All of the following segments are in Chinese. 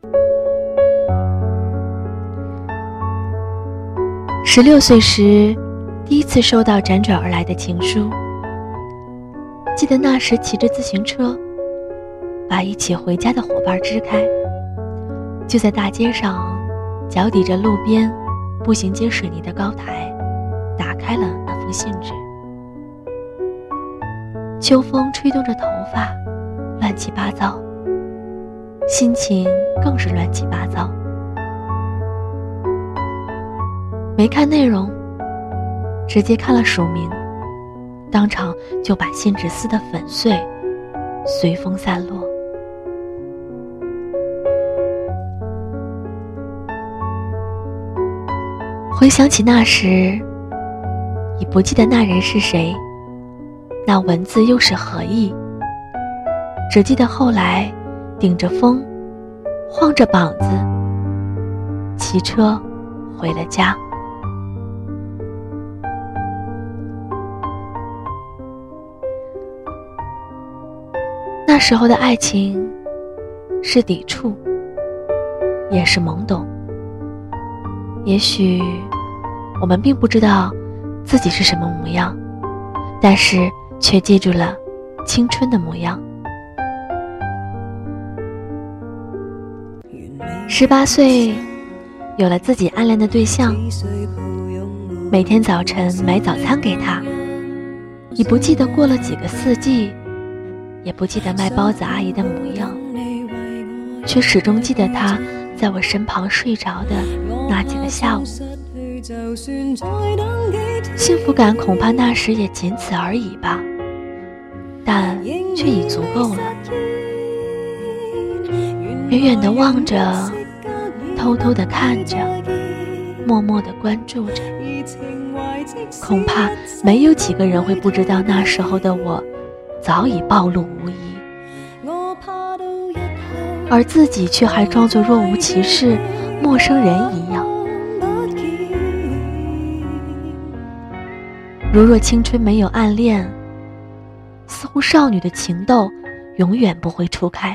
16岁时，第一次收到辗转而来的情书。记得那时骑着自行车，把一起回家的伙伴支开，就在大街上，脚抵着路边步行街水泥的高台，打开了那封信纸。秋风吹动着头发，乱七八糟，心情更是乱七八糟。没看内容，直接看了署名，当场就把信纸撕得粉碎，随风散落。回想起那时，已不记得那人是谁，那文字又是何意，只记得后来顶着风，晃着膀子，骑车回了家。那时候的爱情是抵触，也是懵懂。也许我们并不知道自己是什么模样，但是却记住了青春的模样。18岁有了自己暗恋的对象，每天早晨买早餐给他，已不记得过了几个四季，也不记得卖包子阿姨的模样，却始终记得她在我身旁睡着的那几个下午。幸福感恐怕那时也仅此而已吧，但却已足够了。远远地望着，偷偷地看着，默默地关注着，恐怕没有几个人会不知道那时候的我早已暴露无遗，而自己却还装作若无其事，陌生人一样。如若青春没有暗恋，似乎少女的情窦永远不会初开。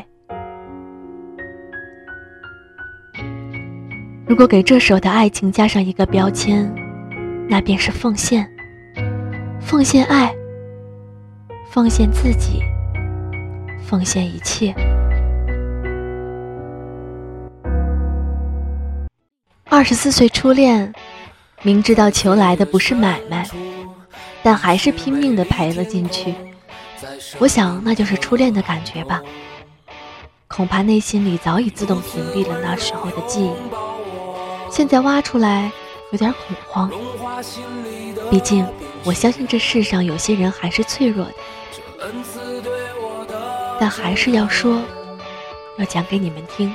如果给这首的爱情加上一个标签，那便是奉献。奉献爱，奉献自己，奉献一切。24岁初恋，明知道求来的不是买卖，但还是拼命地赔了进去。我想那就是初恋的感觉吧，恐怕内心里早已自动屏蔽了那时候的记忆，现在挖出来有点恐慌。毕竟我相信这世上有些人还是脆弱的，但还是要说，要讲给你们听。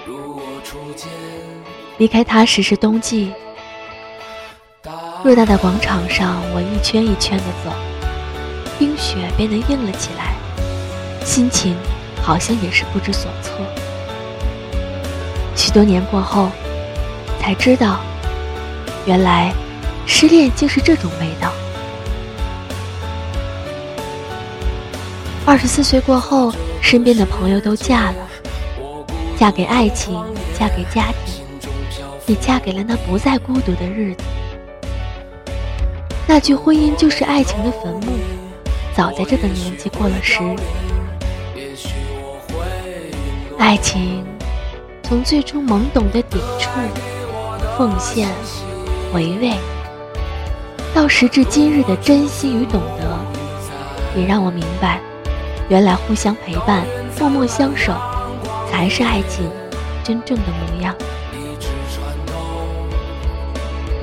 离开他时是冬季，偌大的广场上，我一圈一圈地走，冰雪变得硬了起来，心情好像也是不知所措。许多年过后，才知道，原来失恋竟是这种味道。24岁过后，身边的朋友都嫁了，嫁给爱情，嫁给家庭，也嫁给了那不再孤独的日子。那句婚姻就是爱情的坟墓，早在这个年纪过了时。爱情从最初懵懂的抵触、奉献、回味，到时至今日的珍惜与懂得，也让我明白，原来互相陪伴、默默相守，才是爱情真正的模样。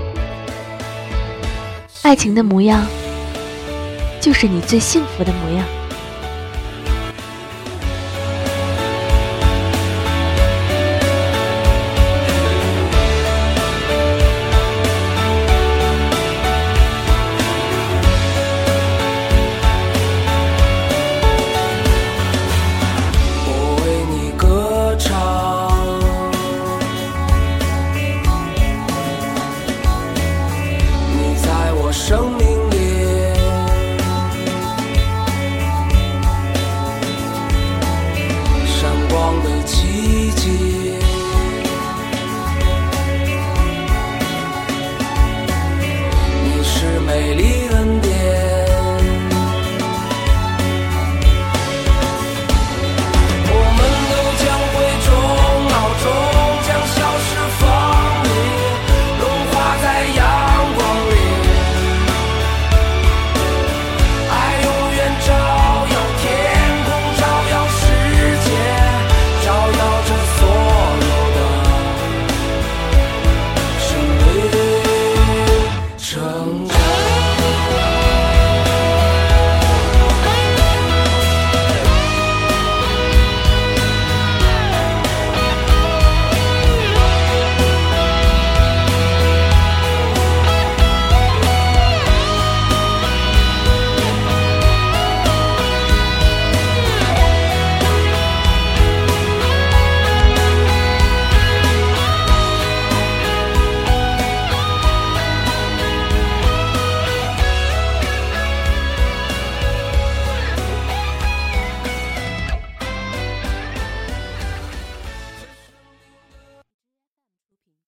爱情的模样，就是你最幸福的模样。